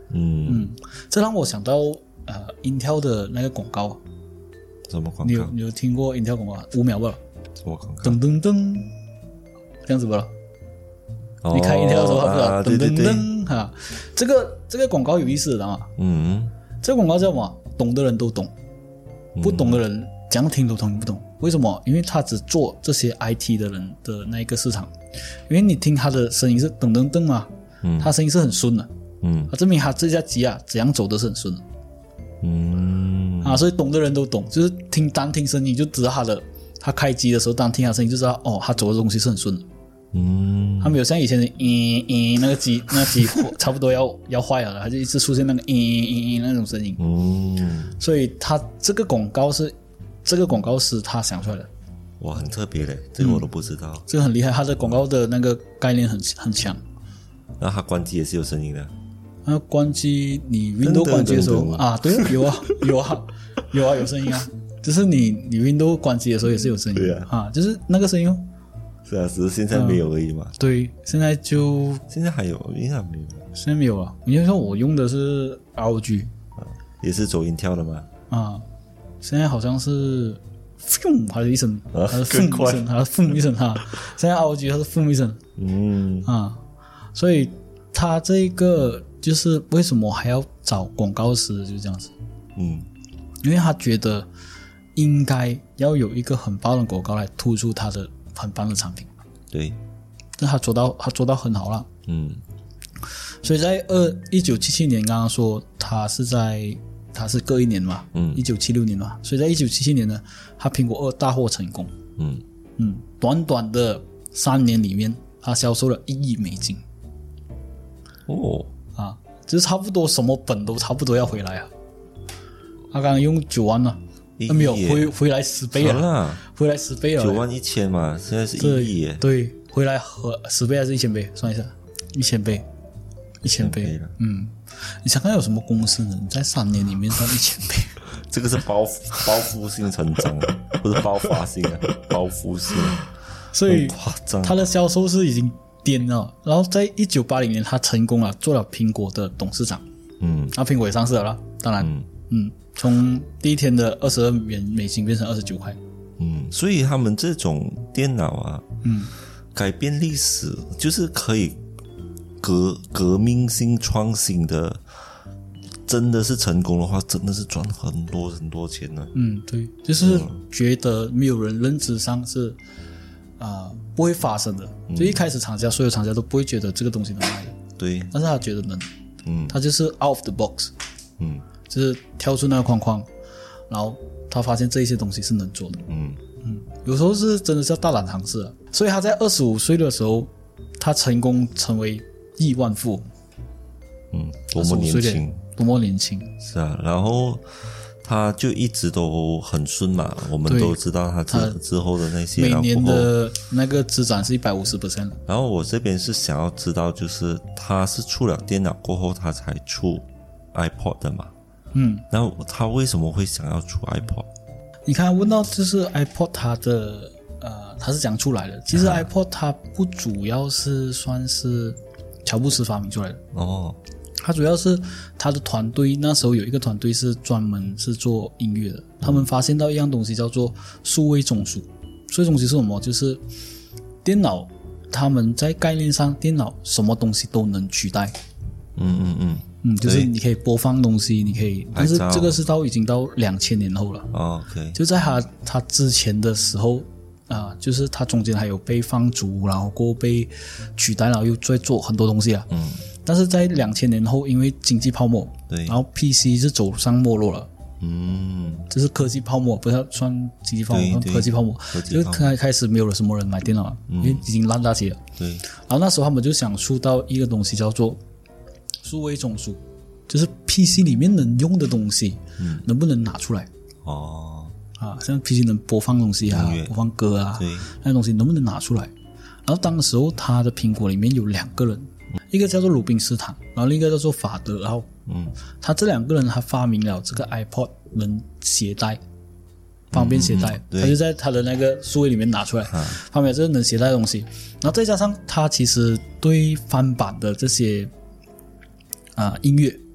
嗯嗯，这让我想到呃 Intel 的那个广告， 什么广告？ 你有你有听过 Intel 广告？五秒吧， 什么广告？ 噔噔噔，这样子吧。 哦、 你开 Intel 的时候， 啊、 噔噔对对对噔哈，这个这个广告有意思的啊。 嗯， 这个广告叫什么？懂的人都懂，不懂的人讲听都听不懂。为什么？因为他只做这些 I T 的人的那一个市场，因为你听他的声音是噔噔噔嘛，嗯，他声音是很顺的， 嗯， 啊，证明他这架机啊怎样走都是很顺的， 嗯， 啊，所以懂的人都懂，就是听单听声音就知道他的，他开机的时候单听他声音就知道，哦，他走的东西是很顺的， 嗯， 他没有像以前的嗯嗯那个机那个机差不多要要坏了，他就一直出现那个嗯嗯嗯那种声音， 嗯， 所以他这个广告是。这个广告是他想出来的， 哇，很特别嘞，这个我都不知道。 嗯、这个很厉害，他的广告的那个概念很很强。 然后他关机也是有声音的。 那关机你 Windows 关机的时候噔噔噔噔啊，对，有啊，有啊，有啊，有声音啊，就是你你 Windows 关机的时候也是有声音， 对啊， 啊，就是那个声音哦。 是啊，只是现在没有而已嘛。 嗯、对，现在就现在还有，应该没有。 现在没有了。你就说我用的是 R O G， 啊，也是走Intel的吗？ 啊。现在好像是咻还是一声， 啊、 还是砰一声，还是砰一声哈。现在 R O G 它是砰一声， 嗯啊，所以它这个就是为什么还要找广告师，就是这样子。 嗯， 因为他觉得应该要有一个很棒的广告来突出他的很棒的产品。 对， 那他做到，他做到很好了。 嗯， 所以在二一九七七年，刚刚说他是在。它是各一年嘛，嗯，一九七六年嘛，所以在一九七七年呢，它苹果二大获成功， 嗯嗯，短短的三年里面，它销售了一亿美金， 哦， 啊，就是差不多什么本都差不多要回来啊。他刚刚用九万了、啊，没有回回来十倍了，回来十倍了， 九万一千嘛，现在是一亿耶， 对，回来和十倍还是一千倍？算一下，一千倍，一千倍，嗯。你想看有什么公司能在三年里面赚一千倍？ 这个是包包覆性成长，不是爆发性啊，包覆性。 所以它的销售是已经颠了。然后在一九八零年，他成功了，做了苹果的董事长。嗯，然后苹果也上市了啦，当然，嗯，嗯从第一天的二十二元美金变成二十九块。 嗯，所以他们这种电脑啊，嗯，改变历史就是可以。革革命性创新的，真的是成功的话，真的是赚很多很多钱呢。 嗯，对，就是觉得没有人认知上是啊、呃、不会发生的。嗯、就一开始厂家所有厂家都不会觉得这个东西能卖的， 对， 但是他觉得能， 嗯， 他就是 out of the box， 嗯， 就是跳出那个框框，然后他发现这一些东西是能做的， 嗯嗯，有时候是真的是要大胆尝试啊。所以他在二十五岁的时候，他成功成为。亿万富翁， 嗯，多么年轻， 多么年轻， 是啊，然后他就一直都很顺嘛，我们都知道他之他之后的那些， 每年的那个增长是 百分之一百五十。 然后我这边是想要知道，就是他是出了电脑过后，他才出 iPod 的嘛， 嗯， 然后他为什么会想要出 iPod？ 你看，问到就是 iPod 它的呃，它是怎样出来的？其实 iPod 它不主要是算是。乔布斯发明出来的哦， 他主要是他的团队那时候有一个团队是专门是做音乐的，嗯、他们发现到一样东西叫做数位中枢。数位中枢是什么？就是电脑，他们在概念上，电脑什么东西都能取代。 嗯嗯嗯嗯，就是你可以播放东西，你可以，但是这个是到已经到两千年后了。 哦 ，OK， 就在他他之前的时候。啊，就是它中间还有被放逐，然后过后被取代，然后又再做很多东西啊。 嗯， 但是在两千年后，因为经济泡沫， 对， 然后 P C 是走上没落了。 嗯， 这是科技泡沫，不是算经济泡沫，科技泡沫，就开开始没有了什么人买电脑了， 嗯、 因为已经烂大街了。 对， 然后那时候他们就想出到一个东西叫做数位中枢，就是 P C 里面能用的东西，嗯，能不能拿出来？ 哦。 啊，像 P C 能播放东西啊，播放歌啊， 对， 那东西能不能拿出来？然后当时候他的苹果里面有两个人，嗯、一个叫做鲁宾斯坦，然后另一个叫做法德奥。 嗯， 他这两个人他发明了这个 iPod 能携带，方便携带， 嗯、 他就在他的那个数位里面拿出来， 啊、 发明了这个能携带的东西。然后再加上他其实对翻版的这些啊、呃、音乐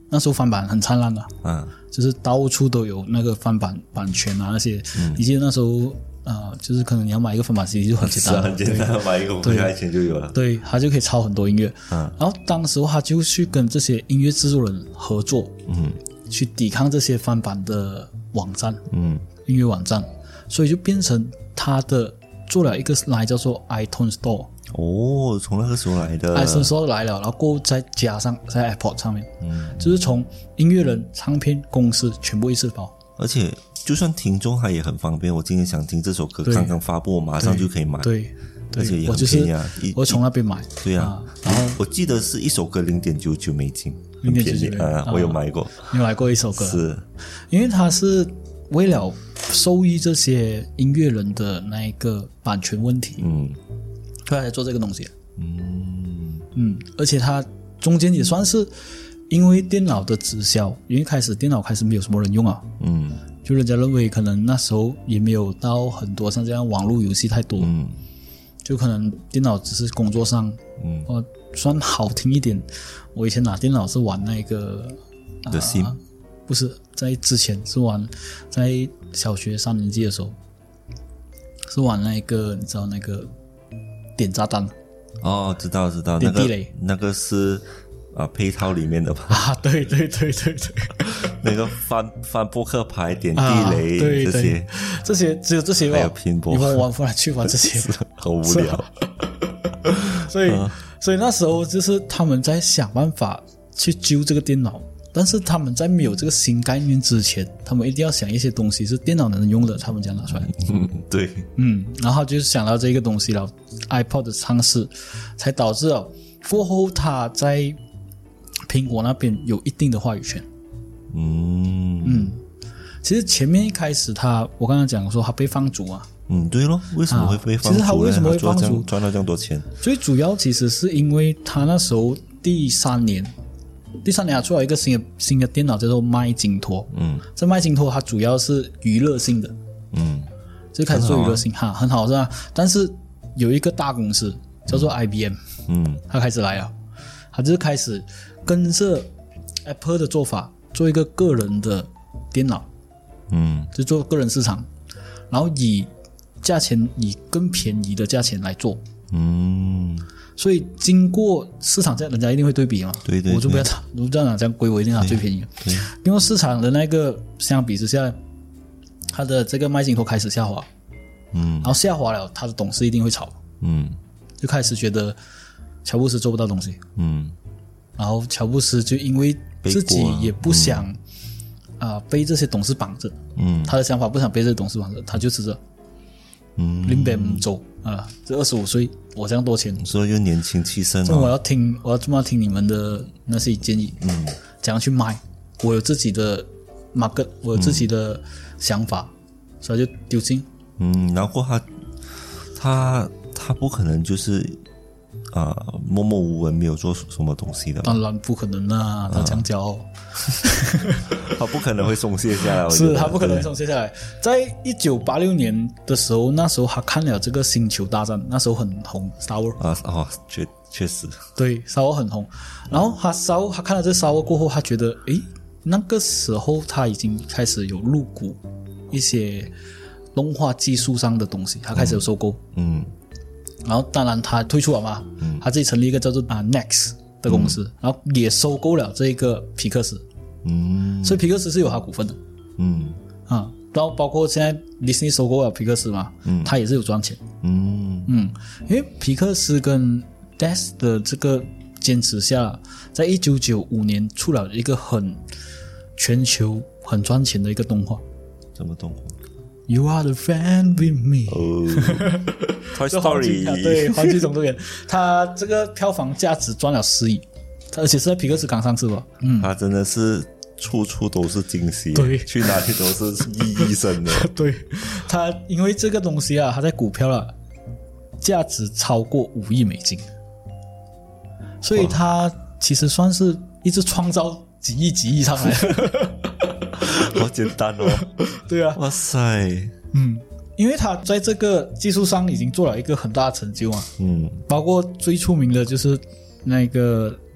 那时候翻版很灿烂的， 嗯， 就是到处都有那个翻版版权啊那些。嗯，你记得那时候啊、呃，就是可能你要买一个翻版 C D 就很简单， 是很简单，买一个五块钱就有了。 对，他就可以抄很多音乐。嗯，然后当时他就去跟这些音乐制作人合作，嗯，去抵抗这些翻版的网站，嗯，音乐网站，所以就变成他的做了一个来叫做 iTunes Store。 哦，从那个时候来的 iTunes Store 来了，然后过后再加上在 iPod 上面，嗯，就是从音乐人、唱片公司全部一次包。 而且就算听众他也很方便，我今天想听这首歌，刚刚发布，我马上就可以买。 对，对， 而且也很便宜啊！ 我从那边买。 对啊，然后我记得是一首歌零点九九美金，很便宜啊！我有买过， 你买过一首歌？ 是， 因为它是为了收益这些音乐人的那一个版权问题，嗯，后来才做这个东西。嗯嗯，而且它中间也算是因为电脑的直销，因为开始电脑开始没有什么人用啊，嗯，就人家认为可能那时候也没有到很多像这样网络游戏太多，嗯，就可能电脑只是工作上，嗯，哦，算好听一点。我以前拿电脑是玩那个 The Sim， 啊，不是在之前是玩在小学三年级的时候，是玩那个你知道那个点炸弹哦，知道知道， 点地雷， 那个那个是啊配套里面的吧？ 啊，对对对对对， 那个翻翻扑克牌、点地雷、啊、 对对这些， 这些只有这些吧？ 还有拼搏， 你们玩不来去玩这些， 很无聊。 所以、嗯，所以那时候就是他们在想办法去救这个电脑。但是他们在没有这个新概念之前，他们一定要想一些东西是电脑能用的，他们这样拿出来。 嗯，对， 嗯，然后就是想到这个东西了 ，iPod 的上市，才导致了过后他在苹果那边有一定的话语权。嗯嗯，其实前面一开始他，我刚刚讲说他被放逐啊。 嗯，对咯，为什么会被放逐呢？ 其实他为什么会放逐？ 赚了这样多钱？ 最主要其实是因为他那时候第三年。第三年他出了一个新的新的电脑叫做麦金托，嗯，这麦金托它主要是娱乐性的，嗯，就开始做娱乐性哈，很好是吧？但是有一个大公司叫做 I B M， 嗯，他开始来了，他就是开始跟着 Apple 的做法做一个个人的电脑，嗯，就做个人市场，然后以价钱以更便宜的价钱来做，嗯。所以经过市场这样，人家一定会对比嘛。 对 对, 对， 我就不要拿，我不要拿这样归，我一定拿最便宜的。对，因为市场的那个相比之下，它的这个麦金托开始下滑，嗯，然后下滑了，他的董事一定会吵，嗯，就开始觉得乔布斯做不到东西，嗯，然后乔布斯就因为自己也不想啊、嗯呃、被这些董事绑着，嗯，他的想法不想被这些董事绑着，他就吃着。嗯，林北唔走啊！这二十五岁，我这样多钱， 所以又年轻气盛、哦。 所以我要听，我要这么听你们的那些建议，嗯，怎样去卖？我有自己的 market， 我有自己的想法，嗯、所以就丢进。 嗯，然后他他他不可能就是啊、呃、默默无闻，没有做什么东西的。 当然不可能啦，他这样骄傲。 他不可能会松懈下来， 是他不可能会松懈下来。在一九八六年的时候，那时候他看了这个《星球大战》，那时候很红 ，Star Wars 啊，哦，确确实， 对 ，Star Wars 很红。然后他 Star Wars，他看了这 Star Wars 过后，他觉得，诶，那个时候他已经开始有入股一些动画技术上的东西，他开始有收购，嗯，嗯然后当然他退出了嘛，嗯，他自己成立一个叫做啊 Next 的公司，嗯、然后也收购了这个皮克斯。嗯，所以皮克斯是有他股份的，嗯啊，然后包括现在 Disney 收购了皮克斯嘛，嗯，他也是有赚钱，嗯嗯，因为皮克斯跟 D S 的这个坚持下，在一九九五年出了一个很全球很赚钱的一个动画， 什么动画 ？You are the friend with me。 哦，Toy Story， 对，玩具总动员，它这个票房价值赚了十亿，而且是在皮克斯刚上市吧？嗯， 它真的是。处处都是惊喜， 对， 去哪里都是熠熠生的。 对，他因为这个东西啊，他在股票啊，价值超过五亿美金，所以他其实算是一直创造几亿几亿上来。 好简单哦。 对啊， 哇塞， 嗯，因为他在这个技术上已经做了一个很大的成就啊，嗯，包括最出名的就是那个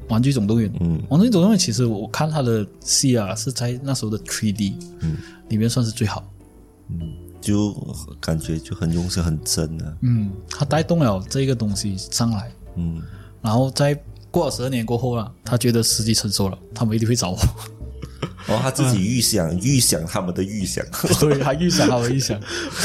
玩具总动员，嗯，玩具总动员其实我看它的戏啊是在那时候的 三 D， 嗯，里面算是最好， 嗯，就感觉就很用心很真啊， 嗯，它带动了这个东西上来，嗯，然后在过了十二年过后了，他觉得时机成熟了，他们一定会找我。 哦，他自己预想、嗯、预想他们的预想， 对，他预想他们预想。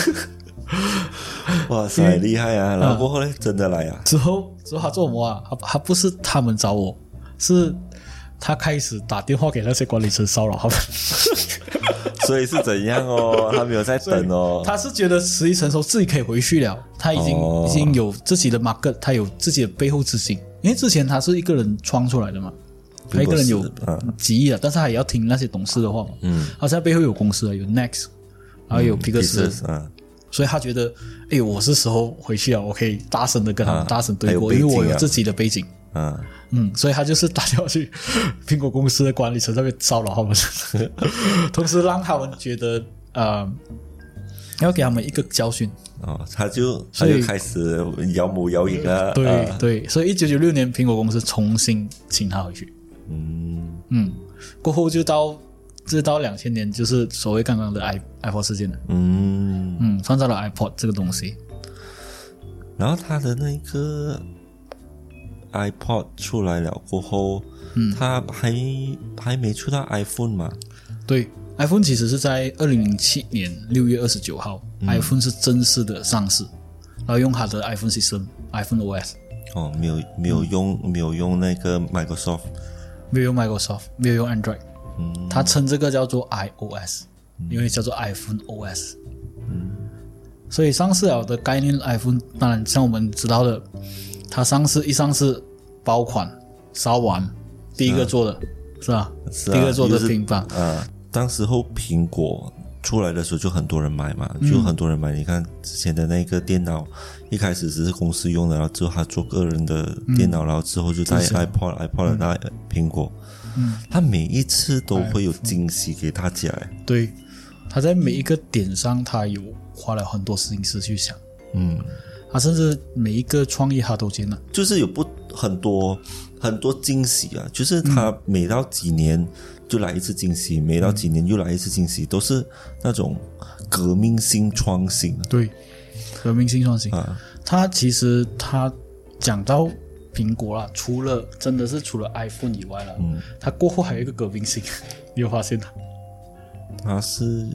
哇塞，厉害啊！然后过后呢，嗯、真的来啊。 之后之后他做什么啊？他他不是他们找我，是他开始打电话给那些管理层骚扰他们。 所以是怎样哦？他没有在等哦。 他是觉得时机成熟，自己可以回去了。他已经、哦、已经有自己的 market， 他有自己的背后资金。因为之前他是一个人创出来的嘛，他一个人有几亿了，但是他也要听那些董事的话嘛。嗯，他现在背后有公司啊，有 Next， 然后有皮克斯，嗯，所以他觉得，哎，我是时候回去了，我可以大声的跟他们大声对过，因为我有自己的背景。嗯嗯，所以他就是打电话去苹果公司的管理层上面骚扰他们，同时让他们觉得，呃，要给他们一个教训。 哦，他就他就开始摇母摇影啊， 对、啊、对，所以一九九六年苹果公司重新请他回去，嗯嗯，过后就到就到两千年，就是所谓刚刚的 i iPod 事件了，嗯嗯，创造了 iPod 这个东西， 然后他的那个 iPod 出来了过后，嗯，他还还没出到 iPhone 嘛， 对。iPhone 其实是在二零零七年六月二十九号、嗯、iPhone 是正式的上市，然后用它的 iPhone System iPhone O S。 哦，没有没有用、嗯、没有用那个 Microsoft， 没有用 Microsoft， 没有用 Android，嗯，它称这个叫做 iOS，嗯，因为叫做 iPhone O S，嗯，所以上市了的概念 iPhone， 当然像我们知道的，它上市一上市爆款烧完第一个做的、啊、是吧？是啊，第一个做的平板， 啊，当时候苹果出来的时候就很多人买嘛，就很多人买。你看之前的那个电脑，一开始只是公司用的，然后之后他做个人的电脑，嗯、然后之后就带 iPod iPod 带苹果，嗯，他每一次都会有惊喜给大家。 对，他在每一个点上，他有花了很多心思去想，嗯，他甚至每一个创意他都接纳， 就是有不很多很多惊喜啊，就是他每到几年。嗯就来一次惊喜，每到几年又来一次惊喜，都是那种革命性创新。 对，革命性创新啊！他其实他讲到苹果啦，除了真的是除了 iPhone 以外啦，嗯，他过后还有一个革命性，你有发现吗？ 他是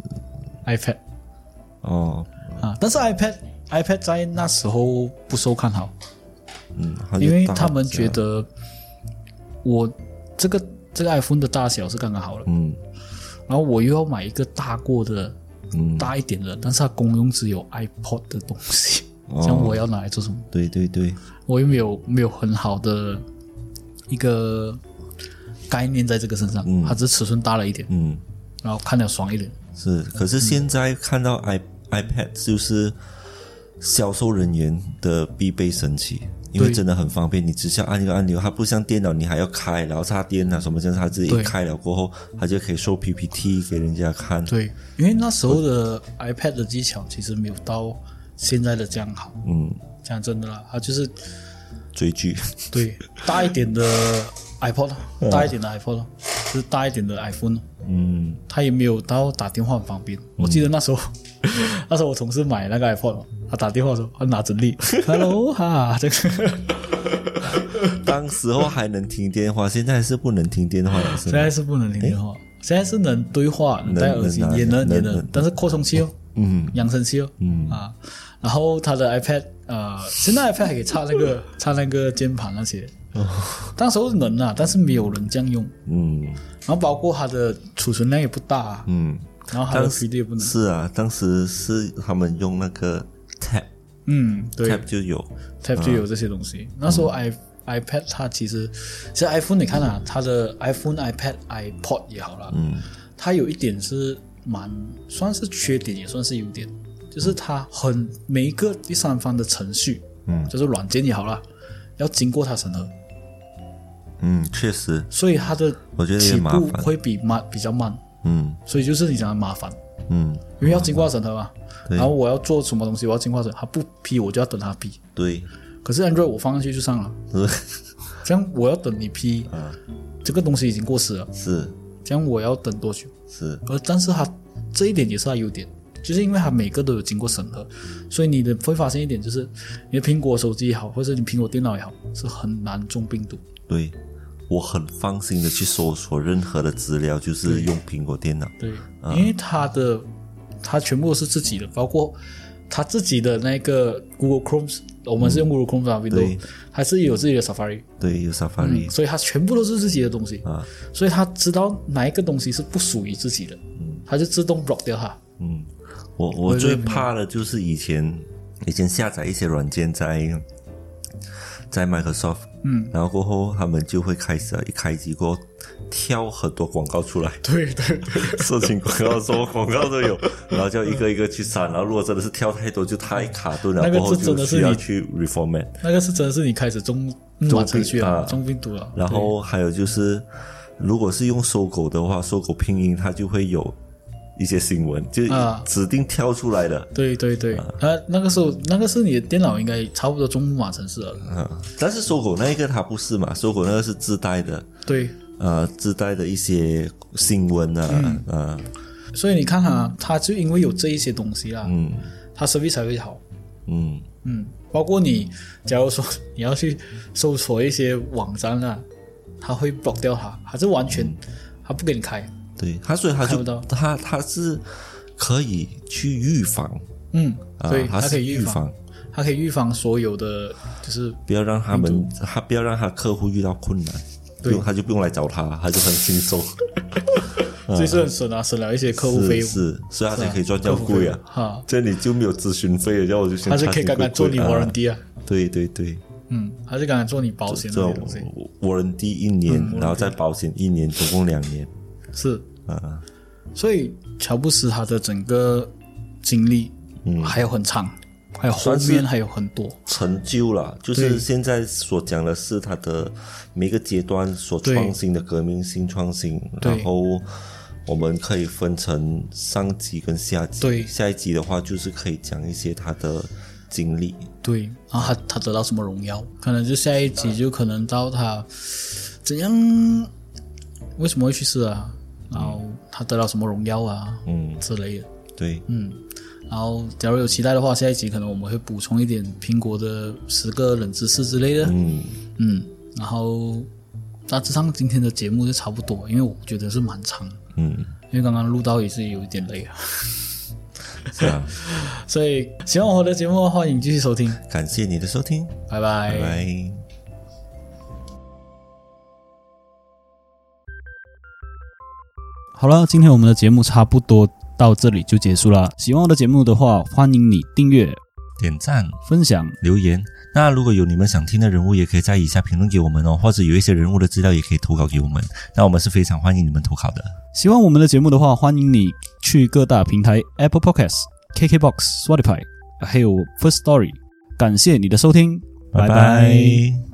iPad 哦啊，但是 iPad iPad 在那时候不受看好，嗯，因为他们觉得我这个。这个 iPhone 的大小是刚刚好了，嗯，然后我又要买一个大过的，嗯，大一点的，但是它功用只有 iPod 的东西，哦，这样我要拿来做什么？ 对对对， 我又没有没有很好的一个概念在这个身上，嗯，它只是尺寸大了一点，嗯，然后看了爽一点。 是，可是现在看到 i、嗯、iPad 就是销售人员的必备神器。因为真的很方便，你只需要按一个按钮，它不像电脑你还要开，然后插电啊什么这样，它自己一开了过后，它就可以收 P P T 给人家看。 对，因为那时候的 iPad 的技巧其实没有到现在的这样好。嗯，讲真的啦，它就是追剧。对， 大一点的 iPod， 大一点的 iPod， 就是大一点的 iPhone。嗯，它也没有到打电话很方便。嗯，我记得那时候，那时候我同事买那个 iPod。他打电话的时候，他拿整理 ，Hello 哈，这个。 当时候还能听电话，现在是不能听电话了，是吗？ 现在是不能听电话，现在是能对话，能戴耳机，也能也能，但是扩充器哦，嗯，扬声器哦，嗯啊，然后他的 iPad， 呃，现在 iPad 还可以插那个插那个键盘那些，哦，当时候能啊，但是没有人这样用，嗯，然后包括它的储存量也不大，啊，嗯，然后它的 P D 也不能， 是啊，当时是他们用那个。Tab， 嗯，对 ，Tab 就有 ，Tab 就有这些东西。嗯，那时候 i iPad 它其实，其实 iPhone 你看啊，它的 iPhone、iPad、iPod 也好啦，嗯，它有一点是蛮算是缺点，也算是优点，就是它很每一个第三方的程序，嗯，就是软件也好啦，要经过它审核。 嗯，确实。 所以它的我觉得也麻烦， 起步会比慢比较慢。嗯，所以就是你讲的麻烦。嗯，因为要经过审核嘛。然后我要做什么东西，我要进化成他不批，我就要等他批。 对。 可是 Android 我放上去就上了。 这样我要等你批， 啊， 这个东西已经过时了， 是这样我要等多久？ 是， 而但是它这一点也是它优点，就是因为它每个都有经过审核，所以你的会发现一点就是，你的苹果手机也好，或者你苹果电脑也好，是很难中病毒。 对，我很放心的去搜索任何的资料，就是用苹果电脑。 对，嗯、因为它的它全部都是自己的，包括它自己的那个 Google Chrome， 我们是用 Google Chrome 的 Windows，还是有自己的 Safari。 对，有 Safari，、 嗯、所以它全部都是自己的东西啊， 所以它知道哪一个东西是不属于自己的，嗯，它就自动 block 掉它。 嗯，我我最怕的就是以前以前下载一些软件在在 Microsoft， 嗯，然后过后他们就会开始一开机过后跳很多广告出来， 对对对， 色情广告什么广告都有，然后就一个一个去删，然后如果真的是跳太多就太卡顿了， 那个过后真的就是需要去 reformat， 那个是真的是你开始中中程序了，中病毒了。 然后还有就是如果是用搜狗的话，搜狗拼音它就会有一些新闻就指定跳出来的、啊、 对对对、啊、那个时候那个是你的电脑应该差不多中木马程式了、 啊、但是搜狗那一个它不是嘛，搜狗那个是自带的， 对， 呃，自带的一些新闻啊、嗯呃、 所以你看它它就因为有这一些东西啦， 嗯， 它 service 才会好， 嗯嗯，包括你假如说你要去搜索一些网站啦，它会 block 掉它，它是完全它不给你开， 对，他所以他就他他是可以去预防， 嗯，对， 啊、他可以预防， 他可以预防所有的，就是不要让他们，他不要让他客户遇到困难，不用他就不用来找他，他就很轻松， 所以是很省啊，省了一些客户费用， 是，所以他才可以赚这么贵啊，哈，这里就没有咨询费了，然后我就先他是可以刚刚做你 warranty 啊， 对对对。 嗯，还是刚才做你保险的东西， 我人第一年、嗯，然后再保险一年，总共两年。 是啊， 所以乔布斯他的整个经历，嗯，还有很长，还有后面还有很多成就啦。就是现在所讲的是他的每个阶段所创新的革命性创新，然后我们可以分成上集跟下集。 对， 下一集的话就是可以讲一些他的经历， 对，然后他他得到什么荣耀，可能就下一集就可能到他怎样，为什么会去世啊，然后他得到什么荣耀啊，嗯之类的， 对， 嗯，然后假如有期待的话，下一集可能我们会补充一点苹果的十个冷知识之类的，嗯嗯，然后大致上今天的节目就差不多，因为我觉得是蛮长的，嗯，因为刚刚录到也是有一点累啊。 是啊， 所以喜欢我的节目，欢迎继续收听。 感谢你的收听， 拜拜， 拜拜。 好了，今天我们的节目差不多到这里就结束了。喜欢我的节目的话，欢迎你订阅、 点赞、 分享、 留言。那如果有你们想听的人物，也可以在以下评论给我们哦，或者有一些人物的资料也可以投稿给我们，那我们是非常欢迎你们投稿的。 喜欢我们的节目的话，欢迎你去各大平台 Apple Podcasts、K K Box、Spotify 还有 First Story。感谢你的收听，拜拜。拜拜。